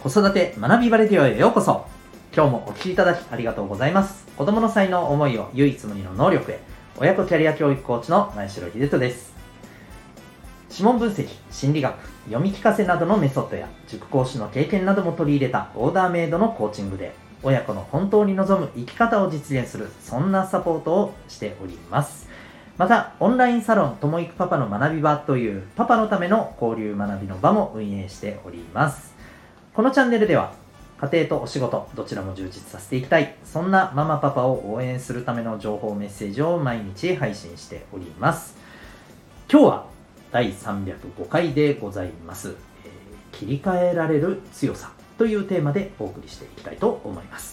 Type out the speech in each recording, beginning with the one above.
子育て学びバレディオへようこそ。今日もお聞きいただきありがとうございます。子供の才能、思いを唯一無二の能力へ、親子キャリア教育コーチの前城秀人です。指紋分析、心理学、読み聞かせなどのメソッドや塾講師の経験なども取り入れたオーダーメイドのコーチングで、親子の本当に望む生き方を実現する、そんなサポートをしております。また、オンラインサロンともいくパパの学び場というパパのための交流学びの場も運営しております。このチャンネルでは、家庭とお仕事、どちらも充実させていきたい、そんなママパパを応援するための情報メッセージを毎日配信しております。今日は第305回でございます。切り替えられる強さというテーマでお送りしていきたいと思います。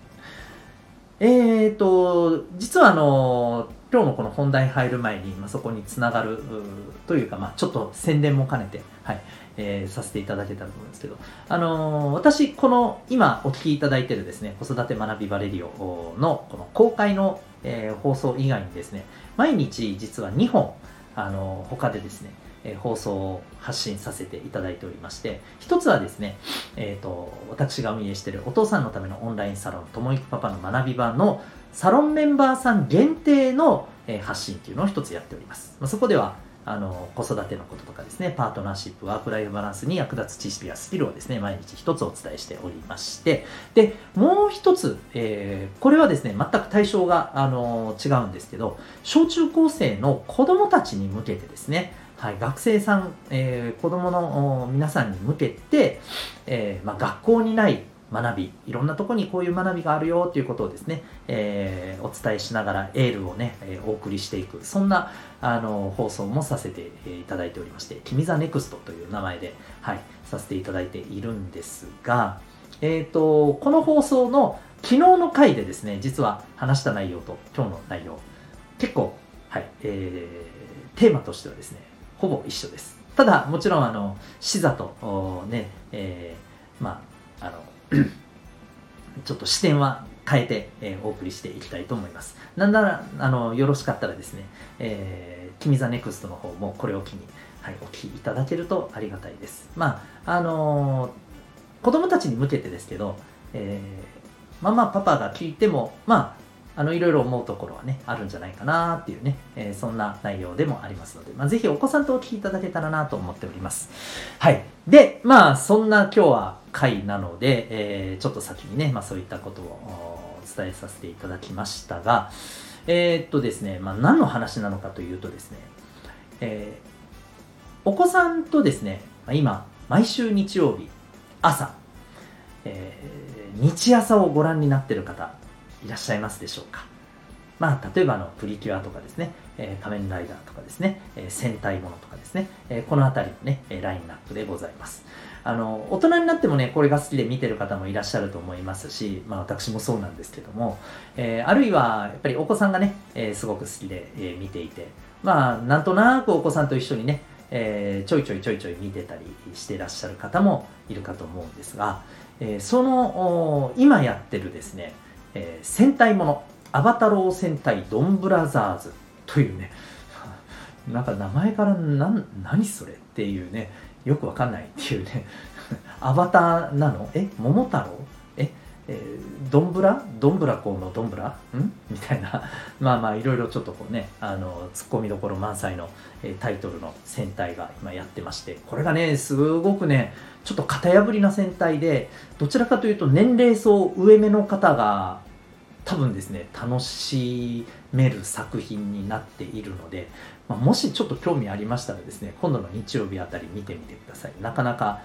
実は今日のこの本題入る前に、そこにつながるというか、ちょっと宣伝も兼ねて、させていただけたらと思うんですけど、私、この今お聞きいただいているですね、子育て学びバレディオのこの公開の、放送以外にですね、毎日実は2本、他でですね、放送を発信させていただいておりまして、一つはですね、私が運営しているお父さんのためのオンラインサロン、ともいくパパの学び場のサロンメンバーさん限定の発信というのを一つやっております。そこでは子育てのこととかですね、パートナーシップ、ワークライフバランスに役立つ知識やスキルをですね、毎日一つお伝えしておりまして、で、もう一つ、これはですね、全く対象が違うんですけど、小中高生の子供たちに向けてですね、学生さん、子供の皆さんに向けて、学校にない学び、いろんなところにこういう学びがあるよということをですね、お伝えしながらエールをね、お送りしていく、そんな放送もさせていただいておりまして、君ザネクストという名前で、させていただいているんですが、この放送の昨日の回でですね、実は話した内容と今日の内容、結構、テーマとしてはですね、ほぼ一緒です。ただ、もちろん、視座と、ね、ちょっと視点は変えて、お送りしていきたいと思います。なんなら、よろしかったらですね、君ザネクストの方もこれを機に、お聞きいただけるとありがたいです。子供たちに向けてですけど、ママ、パパが聞いても、いろいろ思うところはね、あるんじゃないかなっていうね、そんな内容でもありますので、ぜひお子さんとお聞きいただけたらなと思っております。で、そんな今日は回なので、ちょっと先にね、そういったことをお伝えさせていただきましたが、ですね、何の話なのかというとですね、お子さんとですね、今、毎週日曜日、朝、日朝をご覧になっている方、いらっしゃいますでしょうか。例えばプリキュアとかですね、仮面ライダーとかですね、戦隊ものとかですね、このあたりのね、ラインナップでございます。大人になってもね、これが好きで見てる方もいらっしゃると思いますし、私もそうなんですけども、あるいはやっぱりお子さんがね、すごく好きで、見ていて、なんとなくお子さんと一緒にね、ちょいちょい見てたりしてらっしゃる方もいるかと思うんですが、その今やってるですね、戦隊もの、アバタロー戦隊ドンブラザーズというね、なんか名前から何それっていうね、よくわかんないっていうね、アバターなの？桃太郎？ドンブラ校のドンブラ？みたいな、いろいろちょっとこうね、ツッコミどころ満載のタイトルの戦隊が今やってまして、これがね、すごくね、ちょっと型破りな戦隊で、どちらかというと年齢層上目の方が多分ですね、楽しめる作品になっているので、もしちょっと興味ありましたらですね、今度の日曜日あたり見てみてください。なかなか、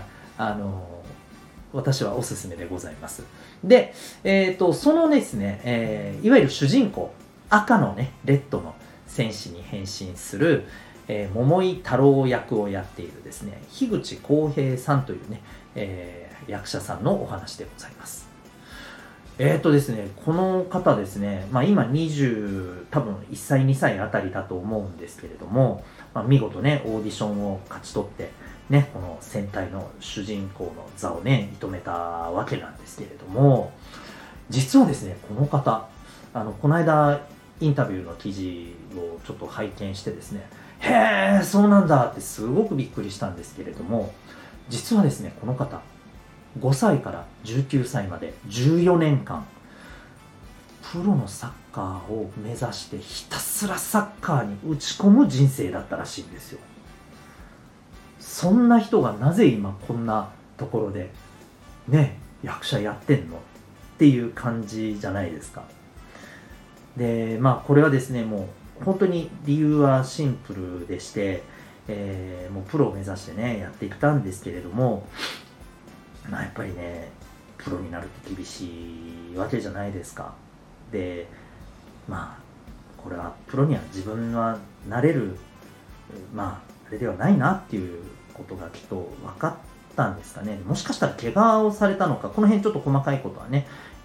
私はおすすめでございます。で、そのですね、いわゆる主人公、赤のね、レッドの戦士に変身する、桃井太郎役をやっているですね、樋口浩平さんというね、役者さんのお話でございます。ですね、この方ですね、今多分1歳2歳あたりだと思うんですけれども、見事ね、オーディションを勝ち取って、ね、この戦隊の主人公の座をね、射止めたわけなんですけれども、実はですね、この方、この間、インタビューの記事をちょっと拝見してですね、へー、そうなんだってすごくびっくりしたんですけれども、実はですね、この方、 5歳から19歳まで14年間プロのサッカーを目指してひたすらサッカーに打ち込む人生だったらしいんですよ。そんな人がなぜ今こんなところでね役者やってんのっていう感じじゃないですか。でこれはですね、もう本当に理由はシンプルでして、もうプロを目指してねやっていったんですけれども、やっぱりねプロになるって厳しいわけじゃないですか。でこれはプロには自分はなれるあれではないなっていうことがきっと分かったんですかね。もしかしたら怪我をされたのか、この辺ちょっと細かいことはね、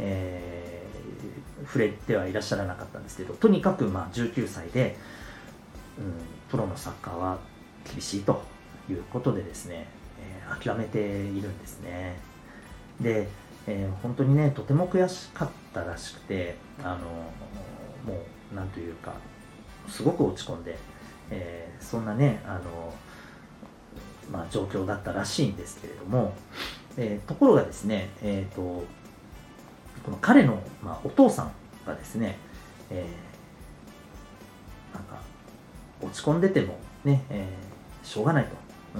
触れてはいらっしゃらなかったんですけど、とにかく19歳で、プロのサッカーは厳しいということでですね、諦めているんですね。で、本当にねとても悔しかったらしくて、もうなんというかすごく落ち込んで、そんなね状況だったらしいんですけれども、ところがですね、この彼の、お父さんがですね、なんか落ち込んでてもね、しょうがないと、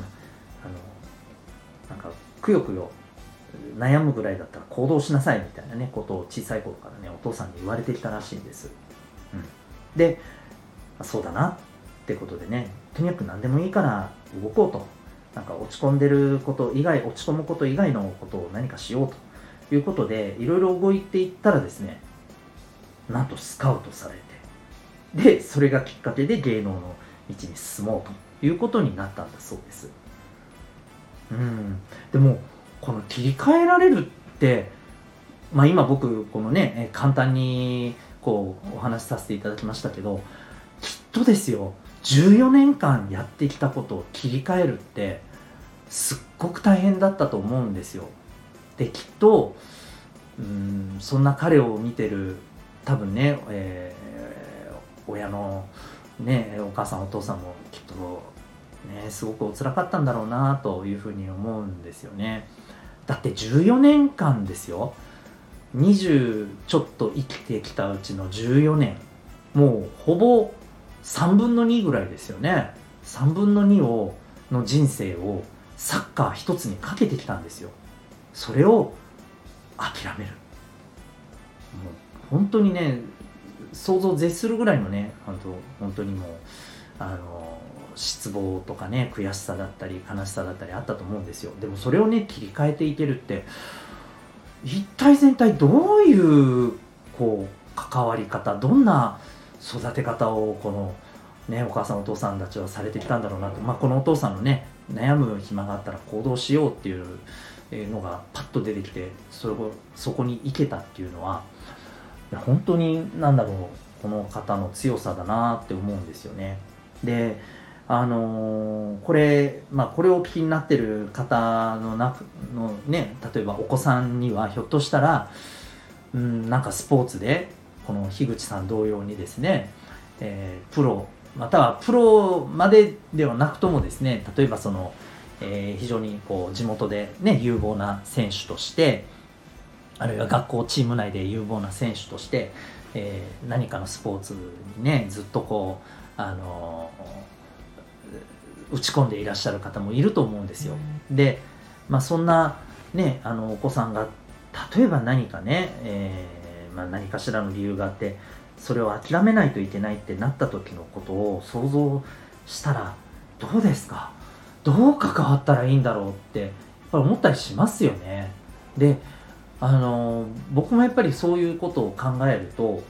なんかくよくよ悩むぐらいだったら行動しなさいみたいなねことを小さい頃からねお父さんに言われてきたらしいんです。で、そうだなってことでね、とにかく何でもいいから動こうと、なんか落ち込んでること以外、落ち込むこと以外のことを何かしようということでいろいろ動いていったらですね、なんとスカウトされて、でそれがきっかけで芸能の道に進もうということになったんだそうです。でもこの切り替えられるって、今僕このね簡単にこうお話しさせていただきましたけど、きっとですよ、14年間やってきたことを切り替えるってすっごく大変だったと思うんですよ。できっとそんな彼を見てる多分ね、親のねお母さんお父さんもきっとねすごくお辛かったんだろうなというふうに思うんですよね。だって14年間ですよ、20ちょっと生きてきたうちの14年、もうほぼ3分の2ぐらいですよね。3分の2の人生をサッカー一つにかけてきたんですよ。それを諦める、もう本当にね想像を絶するぐらいのね本当にもう失望とかね悔しさだったり悲しさだったりあったと思うんですよ。でもそれをね切り替えていけるって、一体全体どういうこう関わり方、どんな育て方をこのねお母さんお父さんたちはされてきたんだろうなと、このお父さんのね悩む暇があったら行動しようっていうのがパッと出てきて、そこに行けたっていうのは、本当にこの方の強さだなって思うんですよね。でこれを気になってる方のね、例えばお子さんにはひょっとしたらなんかスポーツでこの樋口さん同様にですね、プロまたはプロまでではなくともですね、例えば非常にこう地元でね有望な選手として、あるいは学校チーム内で有望な選手として、何かのスポーツにねずっとこう打ち込んでいらっしゃる方もいると思うんですよ。で、そんなねお子さんが例えば何かね、何かしらの理由があってそれを諦めないといけないってなった時のことを想像したらどうですか？どう関わったらいいんだろうってやっぱり思ったりしますよね。で僕もやっぱりそういうことを考えると、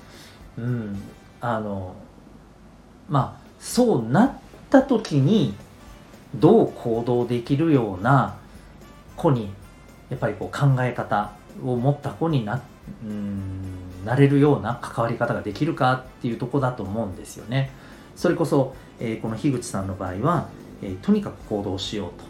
そうなった時にどう行動できるような子にやっぱりこう考え方を持った子になれるような関わり方ができるかっていうところだと思うんですよね。それこそ、この樋口さんの場合は、とにかく行動しようと、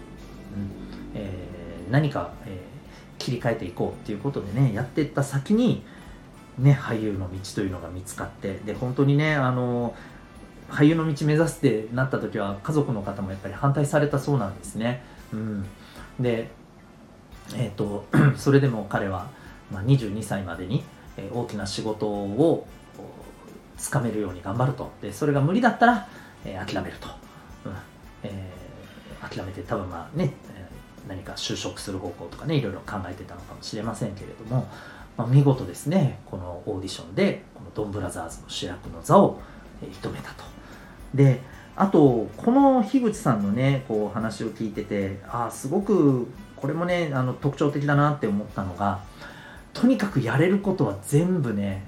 何か、切り替えていこうっていうことでねやっていった先にね俳優の道というのが見つかって、で本当にね俳優の道目指すってなった時は家族の方もやっぱり反対されたそうなんですね。でそれでも彼は、22歳までに大きな仕事をつかめるように頑張ると。でそれが無理だったら、諦めると、諦めて多分何か就職する方向とかね、いろいろ考えてたのかもしれませんけれども、見事ですね、このオーディションでこのドンブラザーズの主役の座を射止めたと。であとこの樋口さんのねこう話を聞いてて、すごくこれもね特徴的だなって思ったのが、とにかくやれることは全部ね、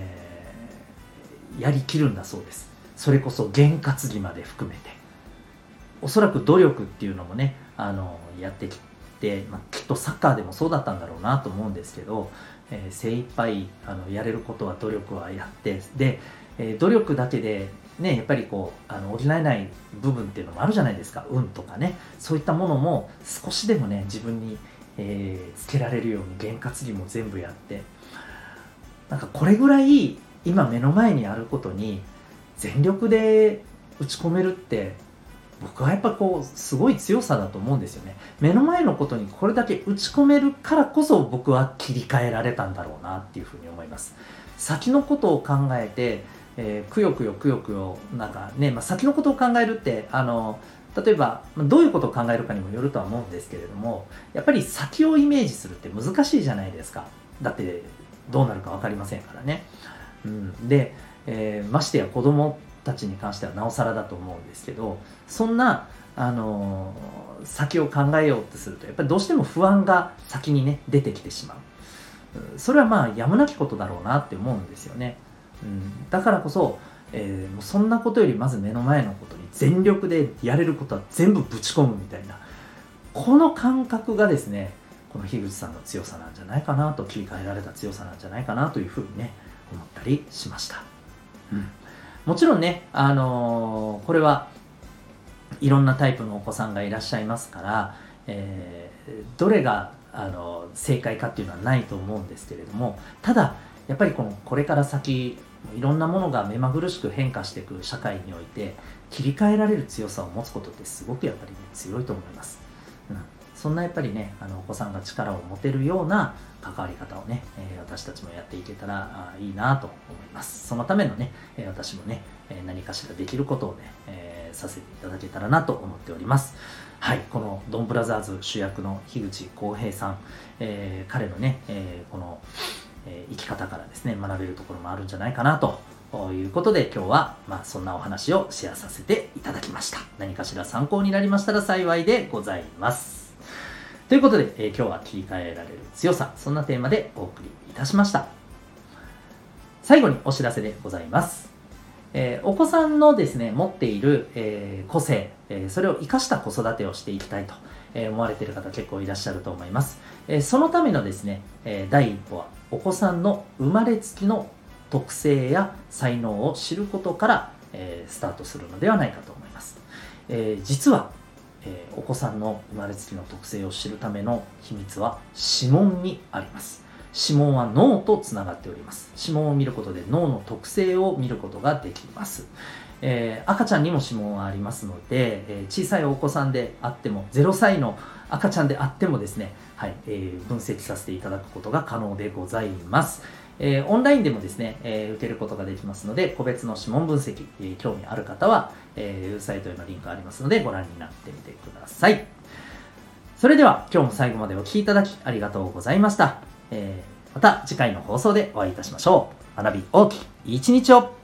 やりきるんだそうです。それこそ験担ぎまで含めて、おそらく努力っていうのもねやってきて、きっとサッカーでもそうだったんだろうなと思うんですけど、精一杯やれることは努力はやって、で、努力だけでねやっぱりこう補えない部分っていうのもあるじゃないですか。運とかね、そういったものも少しでもね自分に、つけられるように験担ぎも全部やって、なんかこれぐらい今目の前にあることに全力で打ち込めるって、僕はやっぱこうすごい強さだと思うんですよね。目の前のことにこれだけ打ち込めるからこそ僕は切り替えられたんだろうなっていうふうに思います。先のことを考えて、くよくよなんかね、先のことを考えるって例えばどういうことを考えるかにもよるとは思うんですけれども、やっぱり先をイメージするって難しいじゃないですか。だってどうなるか分かりませんからね。で、ましてや子供たちに関してはなおさらだと思うんですけど、そんな先を考えようとするとやっぱりどうしても不安が先にね出てきてしまう。それはやむなきことだろうなって思うんですよね。だからこそ、もうそんなことよりまず目の前のことに全力でやれることは全部ぶち込むみたいな、この感覚がですねこの樋口さんの強さなんじゃないかなと、切り替えられた強さなんじゃないかなというふうにね思ったりしました。もちろんね、これはいろんなタイプのお子さんがいらっしゃいますから、どれが正解かっていうのはないと思うんですけれども、ただやっぱりこれから先いろんなものが目まぐるしく変化していく社会において切り替えられる強さを持つことってすごくやっぱり、ね、強いと思います。そんなやっぱりねお子さんが力を持てるような関わり方をね、私たちもやっていけたらいいなと思います。そのためのね私もね何かしらできることをね、させていただけたらなと思っております。はい、このドンブラザーズ主役の樋口浩平さん、彼のね、この生き方からですね学べるところもあるんじゃないかなということで、今日はそんなお話をシェアさせていただきました。何かしら参考になりましたら幸いでございます。ということで、今日は切り替えられる強さ、そんなテーマでお送りいたしました。最後にお知らせでございます。お子さんのですね持っている、個性、それを生かした子育てをしていきたいと、思われている方結構いらっしゃると思います。そのためのですね、第一歩はお子さんの生まれつきの特性や才能を知ることから、スタートするのではないかと思います。実は、お子さんの生まれつきの特性を知るための秘密は指紋にあります。指紋は脳とつながっております。指紋を見ることで脳の特性を見ることができます。赤ちゃんにも指紋はありますので、小さいお子さんであっても0歳の赤ちゃんであってもですね、分析させていただくことが可能でございます。オンラインでもですね、受けることができますので、個別の指紋分析、興味ある方は、サイトへのリンクありますのでご覧になってみてください。それでは今日も最後までお聞きいただきありがとうございました。また次回の放送でお会いいたしましょう。学び大きい一日を。